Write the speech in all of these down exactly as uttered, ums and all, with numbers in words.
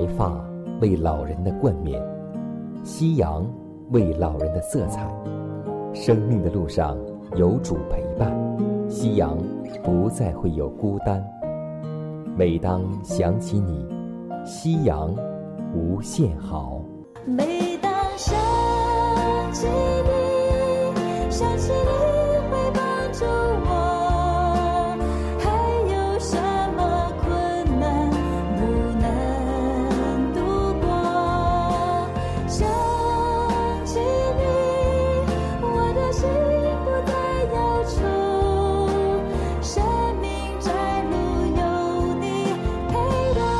白发为老人的冠冕，夕阳为老人的色彩。生命的路上有主陪伴，夕阳不再会有孤单。每当想起你，夕阳无限好。 每当想起你，想起你会帮助我，还有什么困难不能度过？想起你，我的心不再忧愁，生命窄路有你陪伴。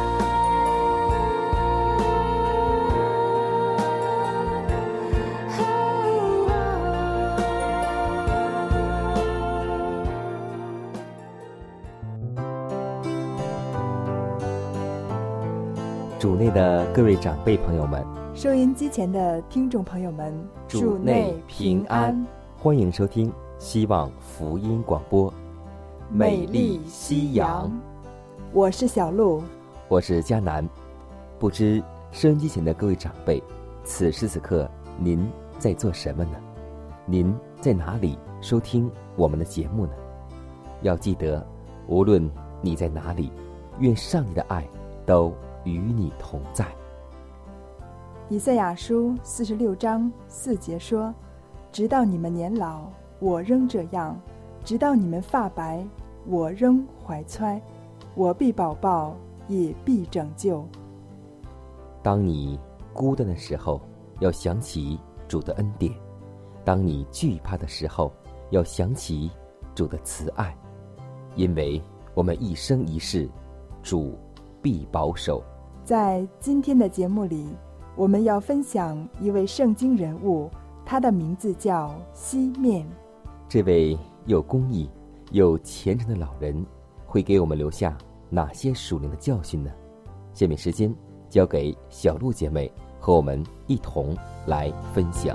主内的各位长辈朋友们， 收音机前的听众朋友们， 主内平安，欢迎收听希望福音广播，美丽夕阳。 我是小鹿， 我是佳南。不知收音机前的各位长辈，此时此刻您在做什么呢？您在哪里收听我们的节目呢？要记得，无论你在哪里，愿上帝的爱都与你同在。 以赛亚书四十六章四节说：直到你们年老，我仍这样；直到你们发白，我仍怀揣。我必保抱，也必拯救。 当你孤单的时候，要想起主的恩典；当你惧怕的时候，要想起主的慈爱。因为我们一生一世，主必保守。 在今天的节目里，我们要分享一位圣经人物，他的名字叫西面。 这位又公义又虔诚的老人会给我们留下哪些属灵的教训呢？下面时间交给小鹿姐妹和我们一同来分享。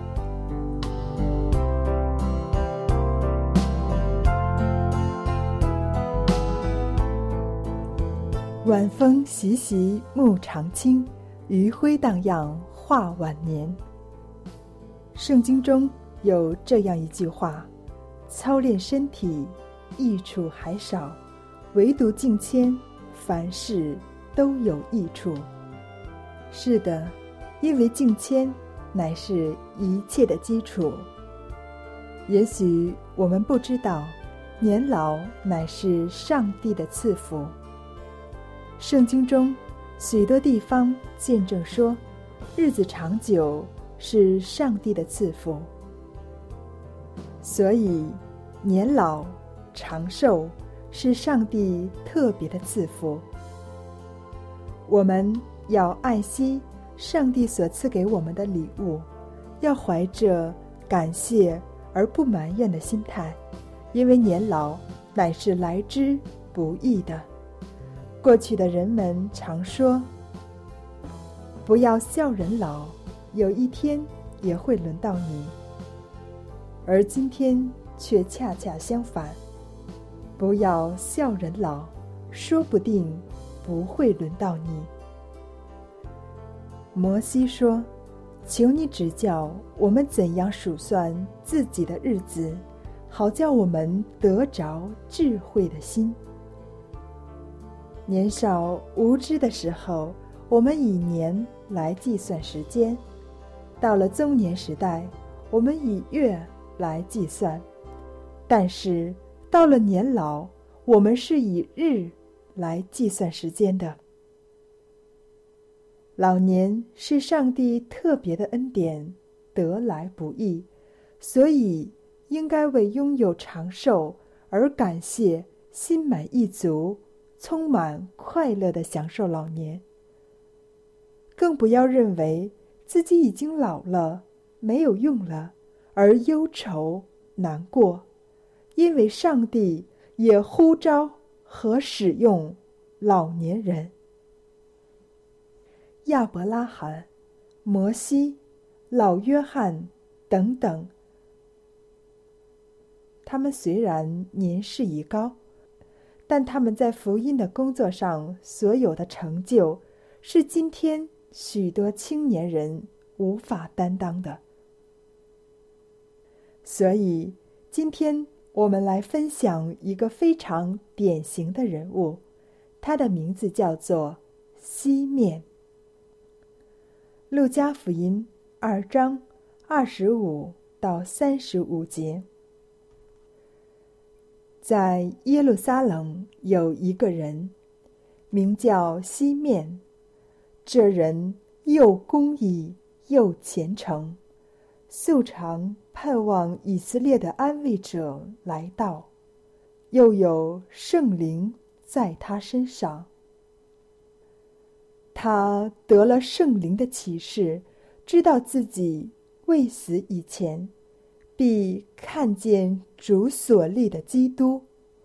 晚风习习木常青，余晖荡漾画晚年。圣经中有这样一句话：操练身体益处还少，唯独敬谦，凡事都有益处。是的，因为敬谦乃是一切的基础。也许我们不知道，年老乃是上帝的赐福。圣经中许多地方见证说，日子长久是上帝的赐福。所以年老长寿是上帝特别的赐福。我们要爱惜上帝所赐给我们的礼物，要怀着感谢而不埋怨的心态，因为年老乃是来之不易的。过去的人们常说，不要笑人老，有一天也会轮到你。而今天却恰恰相反，不要笑人老，说不定不会轮到你。摩西说，求你指教我们怎样数算自己的日子，好叫我们得着智慧的心。年少无知的时候，我们以年来计算时间；到了中年时代，我们以月来计算；但是到了年老，我们是以日来计算时间的。老年是上帝特别的恩典，得来不易，所以应该为拥有长寿而感谢，心满意足，充满快乐地享受老年。更不要认为自己已经老了，没有用了，而忧愁难过，因为上帝也呼召和使用老年人。亚伯拉罕、摩西、老约翰等等，他们虽然年事已高，但他们在福音的工作上所有的成就， 是今天许多青年人无法担当的。所以今天我们来分享一个非常典型的人物，他的名字叫做西面。路加福音二章二十五到三十五节。在耶路撒冷有一个人，名叫西面，这人又公义又虔诚，素常盼望以色列的安慰者来到，又有圣灵在他身上。他得了圣灵的启示，知道自己未死以前必看见主所立的基督。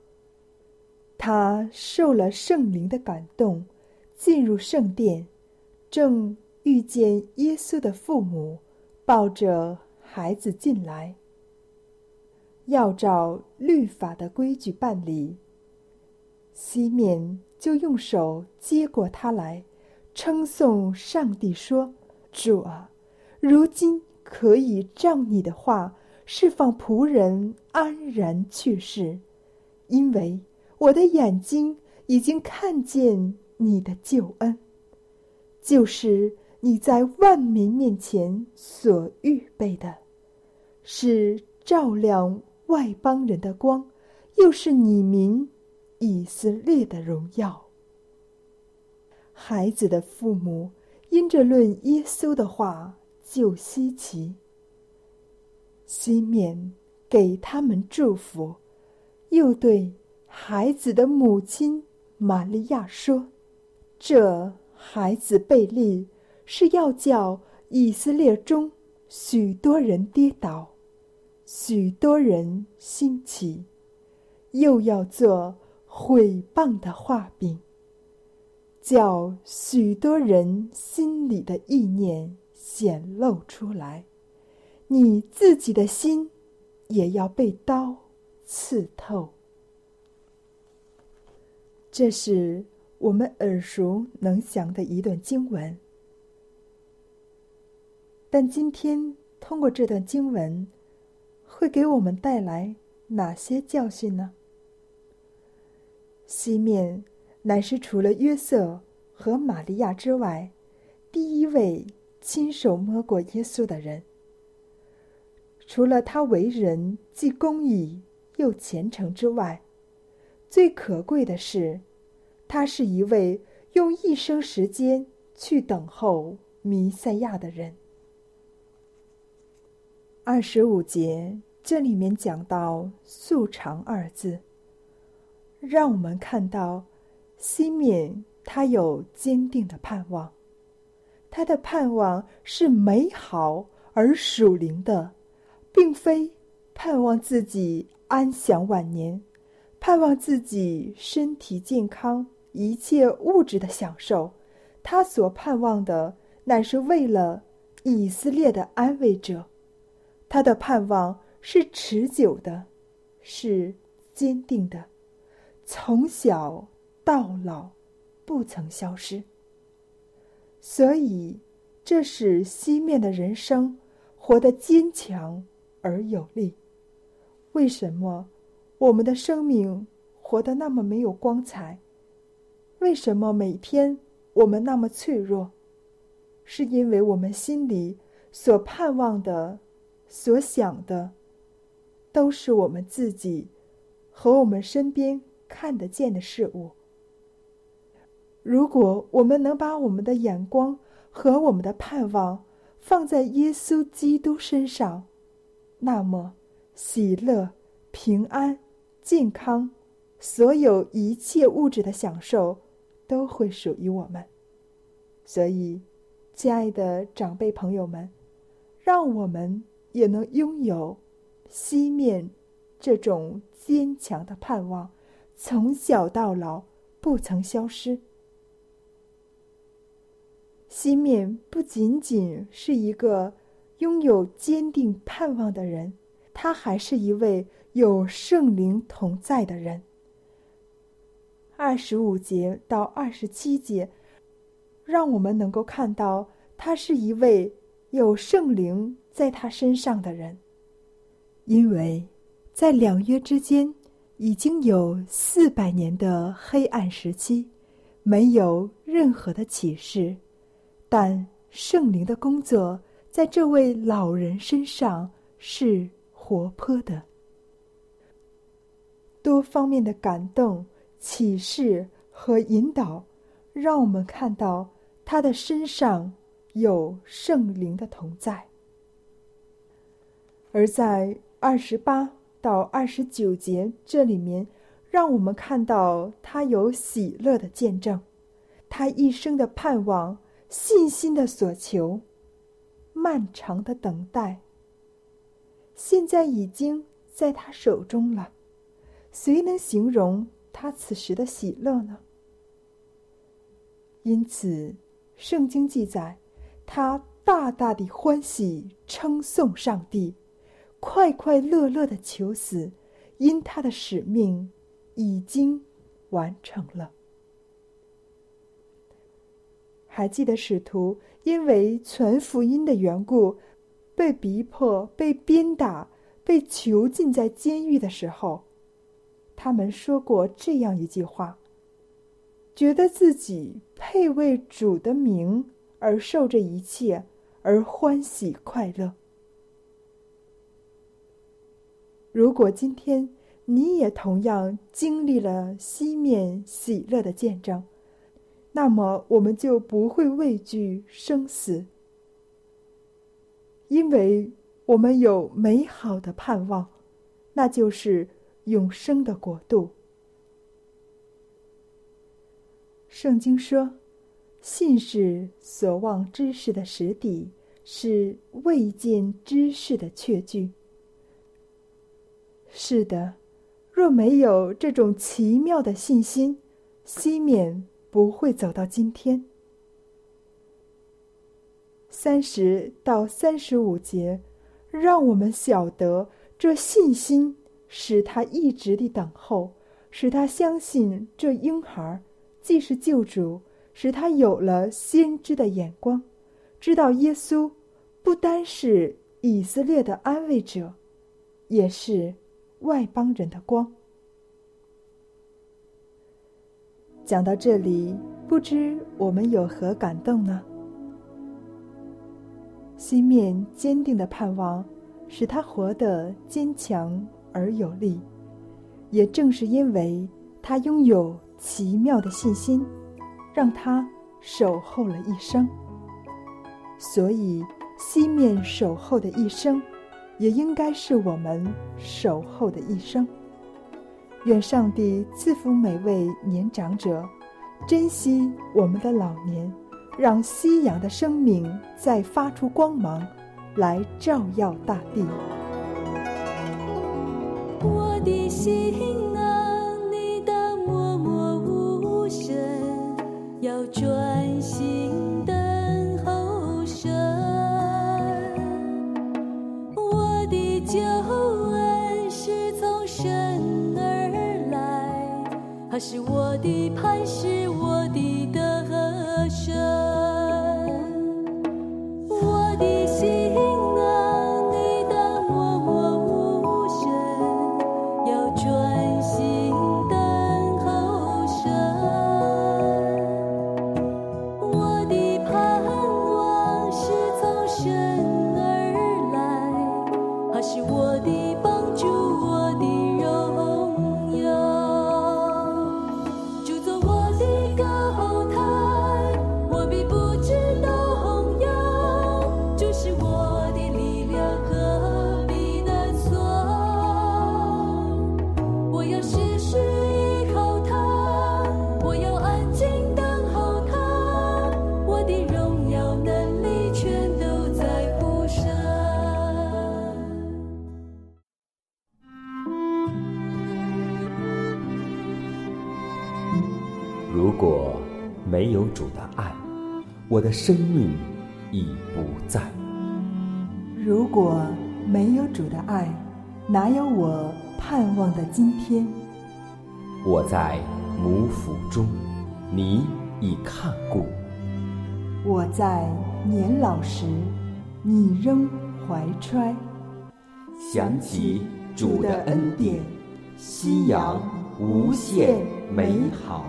他受了圣灵的感动，进入圣殿，正遇见耶稣的父母抱着孩子进来，要照律法的规矩办理。西面就用手接过他来，称颂上帝说：主啊，如今可以照你的话释放仆人安然去世，因为我的眼睛已经看见你的救恩，就是你在万民面前所预备的，是照亮外邦人的光，又是你民以色列的荣耀。孩子的父母因着论耶稣的话就稀奇，西面给他们祝福，又对孩子的母亲玛利亚说：这孩子被立，是要叫以色列中许多人跌倒，许多人兴起，又要做毁谤的画饼，叫许多人心里的意念显露出来，你自己的心也要被刀刺透。这是我们耳熟能详的一段经文，但今天通过这段经文，会给我们带来哪些教训呢？西面乃是除了约瑟和玛利亚之外，第一位亲手摸过耶稣的人。除了他为人既公义又虔诚之外，最可贵的是，他是一位用一生时间去等候弥赛亚的人。二十五节这里面讲到素常二字，让我们看到西面他有坚定的盼望，他的盼望是美好而属灵的，并非盼望自己安享晚年，盼望自己身体健康，一切物质的享受。他所盼望的乃是为了以色列的安慰者，他的盼望是持久的，是坚定的，从小到老不曾消失。所以这使西面的人生活得坚强而有力。为什么我们的生命活得那么没有光彩？为什么每天我们那么脆弱？是因为我们心里所盼望的、所想的，都是我们自己和我们身边看得见的事物。如果我们能把我们的眼光和我们的盼望放在耶稣基督身上，那么喜乐、平安、健康，所有一切物质的享受都会属于我们。所以亲爱的长辈朋友们，让我们也能拥有西面这种坚强的盼望，从小到老不曾消失。西面不仅仅是一个拥有坚定盼望的人，他还是一位有圣灵同在的人。二十五节到二十七节让我们能够看到他是一位有圣灵在他身上的人。因为在两约之间已经有四百年的黑暗时期，没有任何的启示，但圣灵的工作在这位老人身上是活泼的。多方面的感动、启示和引导，让我们看到他的身上有圣灵的同在。而在二十八到二十九节这里面，让我们看到他有喜乐的见证，他一生的盼望、信心的所求、漫长的等待，现在已经在他手中了。谁能形容他此时的喜乐呢？因此圣经记载，他大大地欢喜，称颂上帝，快快乐乐地求死，因他的使命已经完成了。还记得使徒因为传福音的缘故，被逼迫、被鞭打、被囚禁在监狱的时候，他们说过这样一句话，觉得自己配为主的名而受这一切，而欢喜快乐。如果今天你也同样经历了西面喜乐的见证，那么我们就不会畏惧生死，因为我们有美好的盼望，那就是永生的国度。圣经说，信是所望之事的实底，是未见之事的确据。是的，若没有这种奇妙的信心，西面不会走到今天。三十到三十五节，让我们晓得这信心使他一直地等候，使他相信这婴孩既是救主，使他有了先知的眼光，知道耶稣不单是以色列的安慰者，也是外邦人的光。讲到这里，不知我们有何感动呢？西面坚定的盼望使他活得坚强而有力，也正是因为他拥有奇妙的信心，让他守候了一生。所以西面守候的一生，也应该是我们守候的一生。愿上帝赐福每位年长者，珍惜我们的老年，让夕阳的生命再发出光芒来照耀大地。 我的心啊，你当默默无声，要专心等候神。我的救恩是从神而来，他是我的磐石，我的得胜。我的心啊，你当默默无声，要专心等候神。我的盼望是从神而来，他是我的帮助，我的荣耀。主做我的高台，我必不致动摇。主是我的力量，何必难测？我要时时依靠他，我要安静等候他。我的荣耀能力全都在乎神。 如果没有主的爱，我的生命已不在。 如果没有主的爱，哪有我盼望的今天？ 我在母腹中，你已看顾； 我在年老时，你仍怀揣。 想起主的恩典，夕阳无限美好。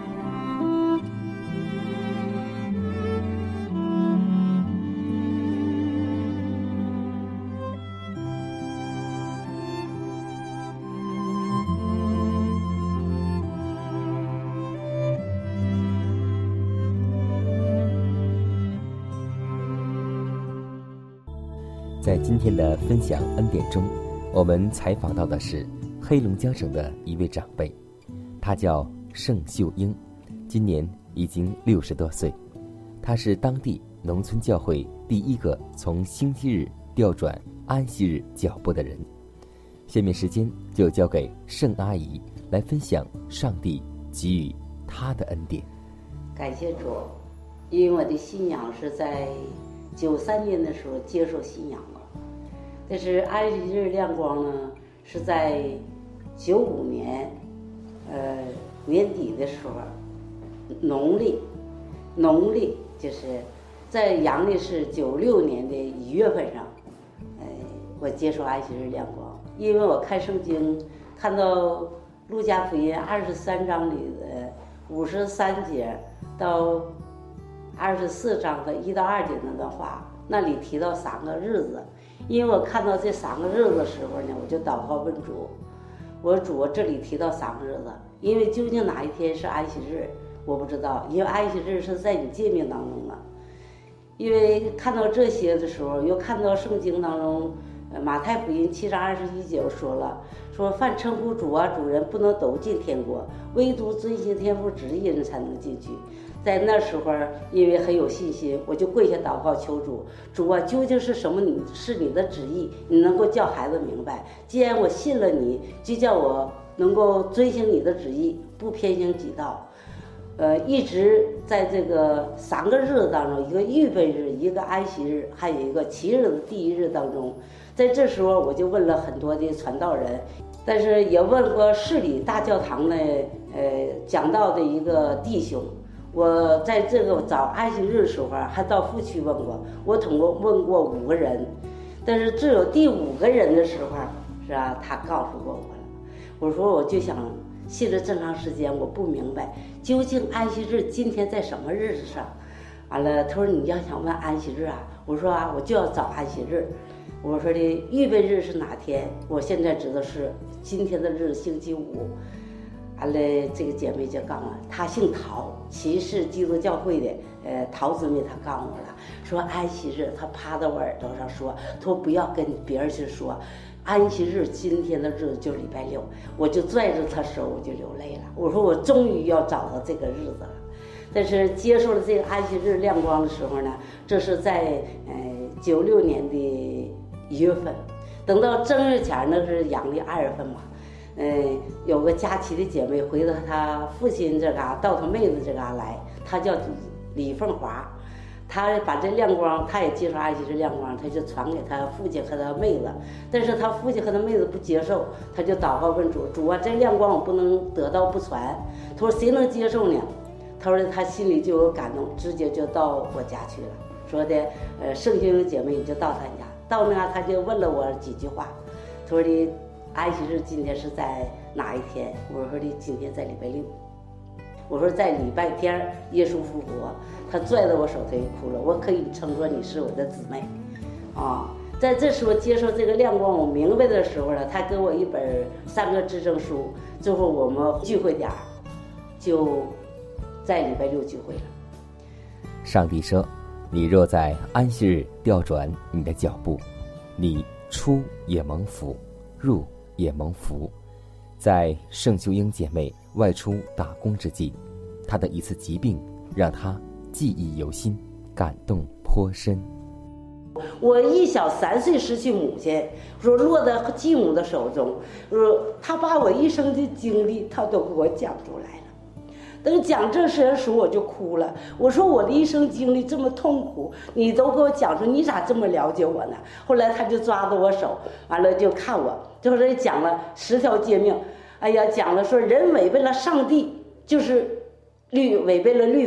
在今天的分享恩典中，我们采访到的是黑龙江省的一位长辈，他叫盛秀英，今年已经六十多岁。他是当地农村教会第一个从星期日调转安息日脚步的人。下面时间就交给盛阿姨来分享上帝给予她的恩典。 感谢主，因为我的信仰是在九三年的时候接受信仰了。但是安息日亮光呢，是在九五年，呃年底的时候，农历，农历就是在阳历是九六年的一月份上，呃，我接受安息日亮光，因为我看圣经，看到路加福音二十三章里的五十三节到二十四章的一到二节那段话，那里提到三个日子。因为我看到这三个日子的时候呢，我就祷告问主，我说主，这里提到三个日子，因为究竟哪一天是安息日我不知道，因为安息日是在你诫命当中的。因为看到这些的时候，又看到圣经当中马太福音七章二十一节说了，说凡称呼主啊主人不能都进天国，唯独遵行天父旨意人才能进去。在那时候因为很有信心，我就跪下祷告求主，主啊，究竟是什么你是你的旨意，你能够叫孩子明白，既然我信了你，就叫我能够遵行你的旨意，不偏行己道。呃，一直在这个三个日子当中，一个预备日，一个安息日，还有一个七日的第一日当中，在这时候我就问了很多的传道人，但是也问过市里大教堂的呃讲道的一个弟兄。我在这个找安息日的时候还到副区问过，我总共问过五个人，但是只有第五个人的时候，是吧？他告诉过我了。我说我就想信了这长时间，我不明白究竟安息日今天在什么日子上。完了，他说你要想问安息日啊，我说啊，我就要找安息日。我说的预备日是哪天？我现在知道是今天的日子，星期五。完了，这个姐妹就告诉我，她姓陶，其实基督教会的，呃，陶姊妹，她告诉我了，说安息日，她趴在我耳朵上说，她说不要跟别人去说，安息日今天的日子就是礼拜六。我就拽着她手，我就流泪了。我说我终于要找到这个日子了。但是接受了这个安息日亮光的时候呢，这是在呃九六年的一月份，等到正月前那是阳历二月份嘛。嗯，有个佳琪的姐妹回到她父亲这嘎，到她妹子这嘎来，她叫李凤华，她把这亮光，她也接受安息日亮光，她就传给她父亲和她妹子，但是她父亲和她妹子不接受，她就祷告问主，主啊，这亮光我不能得到不传。她说谁能接受呢？她说她心里就有感动，直接就到我家去了，说的呃圣经姐妹你就到她家，到那她就问了我几句话，她说的安息日今天是在哪一天？我说的今天在礼拜六。我说在礼拜天耶稣复活。他拽着我手，他就哭了。我可以称作你是我的姊妹，啊，在这时候接受这个亮光，我明白的时候呢，他给我一本三个制证书，最后我们聚会点就在礼拜六聚会了。 上帝说：“你若在安息日调转你的脚步，你出也蒙福，入也蒙福。”在盛秀英姐妹外出打工之际，她的一次疾病让她记忆犹新，感动颇深。 我一小三岁失去母亲，说落在继母的手中，说他把我一生的经历他都给我讲出来了。等讲这些的时候我就哭了，我说我的一生经历这么痛苦，你都给我讲出，你咋这么了解我呢？后来他就抓着我手，完了就看我，就是讲了十条诫命，哎呀，讲了说人违背了上帝就是律违背了律法，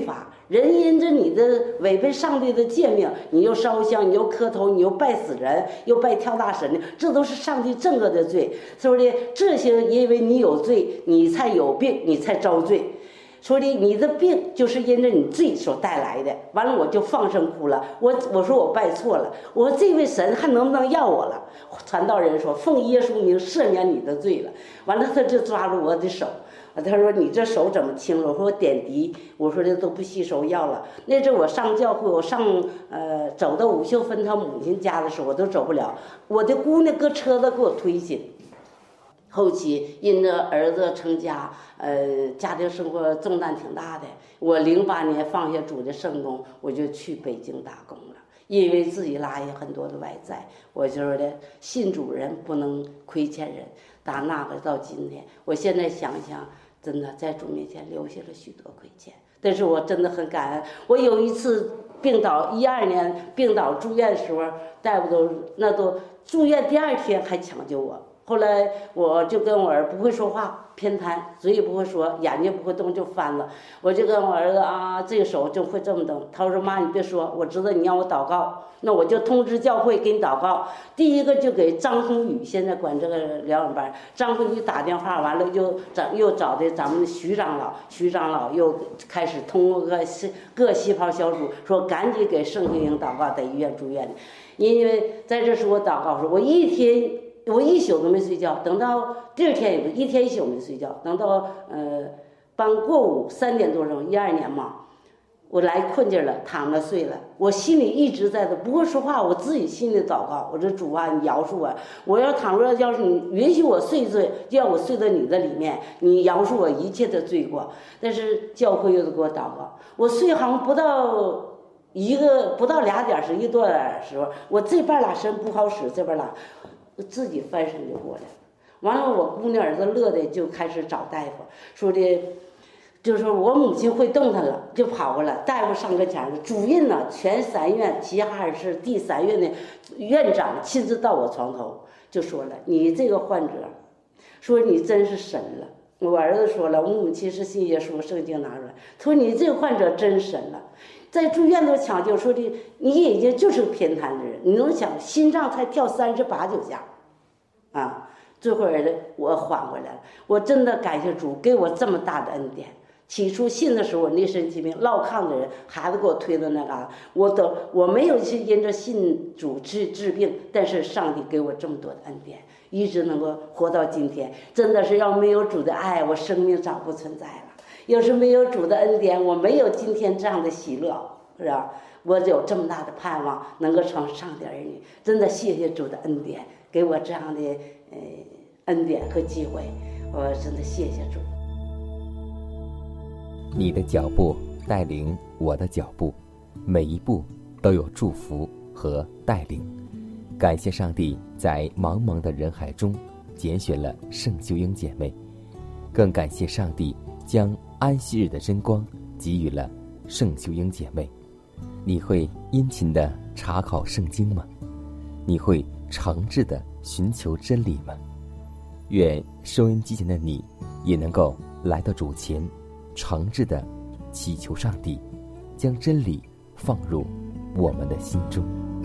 人因着你的违背上帝的诫命，你又烧香，你又磕头，你又拜死人，又拜跳大神的，这都是上帝正恶的罪。所以这些因为你有罪，你才有病，你才遭罪。说的你的病就是因着你罪所带来的。完了我就放声哭了，我我说我拜错了，我说这位神还能不能要我了？传道人说奉耶稣名赦免你的罪了。完了他就抓住我的手，他说你这手怎么轻了？我说我点滴，我说这都不吸收药了。那阵我上教会，我上呃走到武秀芬他母亲家的时候，我都走不了，我的姑娘搁车子给我推进。后期因着儿子成家，呃，家庭生活重担挺大的。我零八年放下主的圣工，我就去北京打工了。因为自己拉下很多的外债，我就说的信主人不能亏欠人。打那个到今天，我现在想想，真的在主面前留下了许多亏欠。但是我真的很感恩。我有一次病倒，一二年病倒住院的时候，大夫都那都住院第二天还抢救我。后来我就跟我儿不会说话，偏瘫，嘴也不会说，眼睛不会动就翻了。我就跟我儿子啊，这个手就会这么动。他说妈你别说，我知道你让我祷告，那我就通知教会给你祷告。第一个就给张宏宇，现在管这个疗养班，张宏宇打电话完了又找又找的咱们徐长老，徐长老又开始通过个各细胞小组说赶紧给盛慧英祷告，在医院住院的。因为在这时我祷告说，我一天我一宿都没睡觉，等到第二天也不一天一宿没睡觉，等到呃帮过午三点多钟，一二年嘛，我来困劲了，躺着睡了。我心里一直在的，不会说话，我自己心里祷告，我这主啊，你饶恕我，我要倘若要是你允许我睡睡，就让我睡在你的里面，你饶恕我一切的罪过。但是教会又给我祷告，我睡好像不到一个不到俩点时一多点时候，我这半拉身不好使，这半拉。自己翻身就过来了。完了我姑娘儿子乐的就开始找大夫，说的就是说我母亲会动弹了，就跑过来。大夫上跟前了，主任呢，全三院齐齐哈尔市第三院的院长亲自到我床头就说了，你这个患者说你真是神了。我儿子说了，我母亲是信耶稣，圣经拿出来，他说你这个患者真神了。在住院都抢救，说的你已经就是个偏瘫的人，你能想心脏才跳三十八九下，啊，这会儿我缓回来了。我真的感谢主给我这么大的恩典。起初信的时候，我内身疾病落炕的人，孩子给我推到那嘎达，我都我没有去因着信主治治病，但是上帝给我这么多的恩典，一直能够活到今天，真的是要没有主的爱，我生命早不存在了。要是没有主的恩典，我没有今天这样的喜乐，是吧？我有这么大的盼望，能够成上帝儿女，真的谢谢主的恩典，给我这样的呃恩典和机会，我真的谢谢主。 你的脚步带领我的脚步，每一步都有祝福和带领。感谢上帝在茫茫的人海中拣选了圣秀英姐妹，更感谢上帝将安息日的真光给予了圣秀英姐妹。你会殷勤地查考圣经吗？你会诚挚地寻求真理吗？愿收音机前的你也能够来到主前，诚挚地祈求上帝将真理放入我们的心中。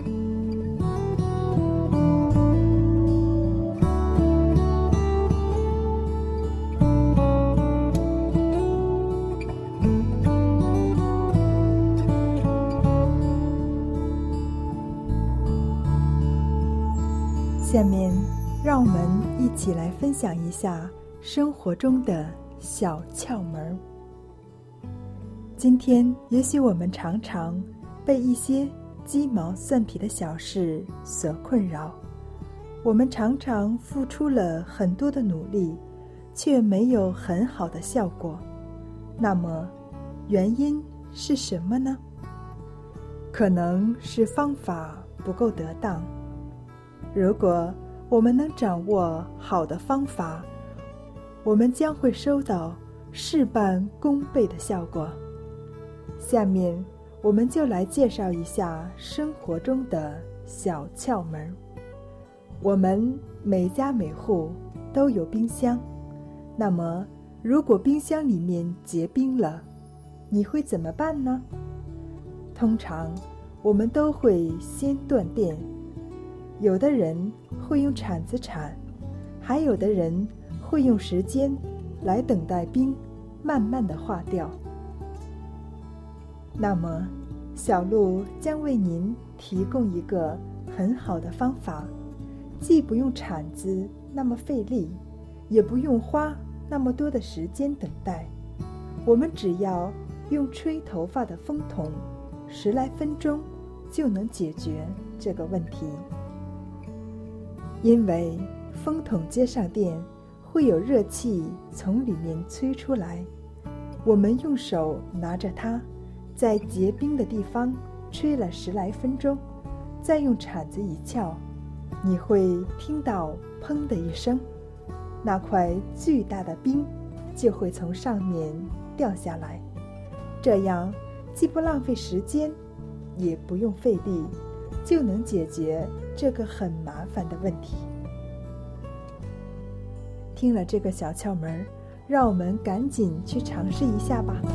下面让我们一起来分享一下生活中的小窍门。今天也许我们常常被一些鸡毛蒜皮的小事所困扰，我们常常付出了很多的努力，却没有很好的效果。那么原因是什么呢？可能是方法不够得当。如果我们能掌握好的方法，我们将会收到事半功倍的效果。下面我们就来介绍一下生活中的小窍门。我们每家每户都有冰箱，那么如果冰箱里面结冰了， 你会怎么办呢？通常我们都会先断电，有的人会用铲子铲，还有的人会用时间来等待冰慢慢的化掉。那么小鹿将为您提供一个很好的方法，既不用铲子那么费力，也不用花那么多的时间等待，我们只要用吹头发的风筒，十来分钟就能解决这个问题。因为风筒接上电，会有热气从里面吹出来，我们用手拿着它，在结冰的地方吹了十来分钟，再用铲子一撬，你会听到砰的一声，那块巨大的冰就会从上面掉下来。这样既不浪费时间，也不用费力，就能解决这个很麻烦的问题。听了这个小窍门，让我们赶紧去尝试一下吧。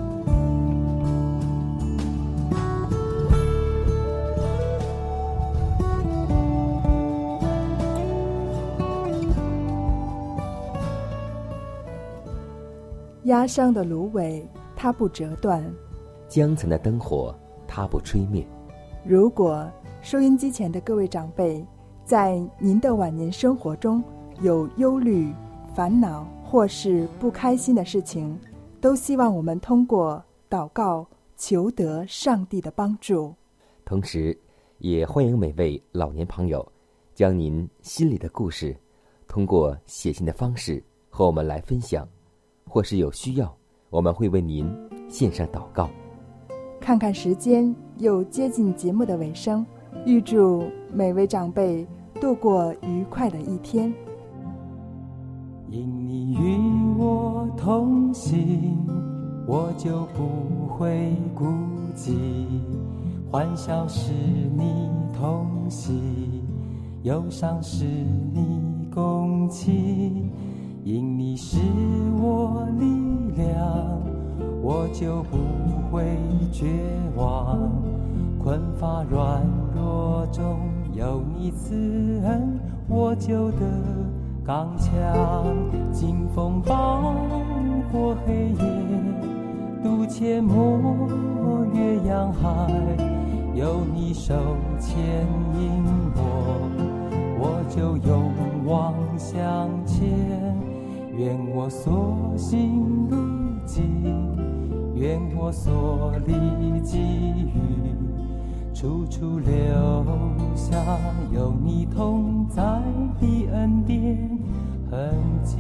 压伤的芦苇它不折断， 江层的灯火它不吹灭。 如果收音机前的各位长辈在您的晚年生活中有忧虑、烦恼或是不开心的事情，都希望我们通过祷告求得上帝的帮助。 同时也欢迎每位老年朋友将您心里的故事通过写信的方式和我们来分享，或是有需要，我们会为您献上祷告。 看看时间，又接近节目的尾声，预祝每位长辈度过愉快的一天。 因你与我同行，我就不会孤寂，欢笑是你同喜，忧伤是你共泣。因你是我力量，我就不会绝望，困乏软弱中有你慈恩，我就得刚强。经风暴或黑夜，渡阡陌越洋海，有你手牵引我，我就勇往向前。愿我所行路径，愿我所历际遇，处处留下有你同在的恩典痕迹。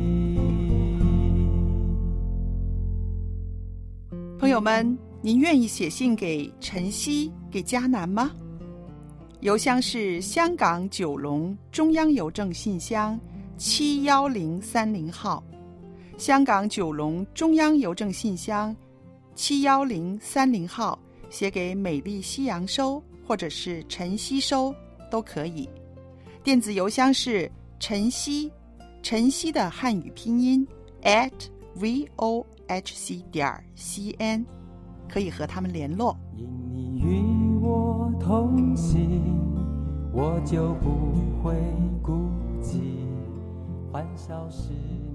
朋友们，您愿意写信给晨曦、给迦南吗？邮箱是香港九龙中央邮政信箱七一零三零号，香港九龙中央邮政信箱七一零三零号，写给美丽西洋收或者是晨曦收都可以。电子邮箱是晨曦，晨曦的汉语拼音 at vohc 点 cn， 可以和他们联络。 因你与我同行，我就不会孤寂，欢笑是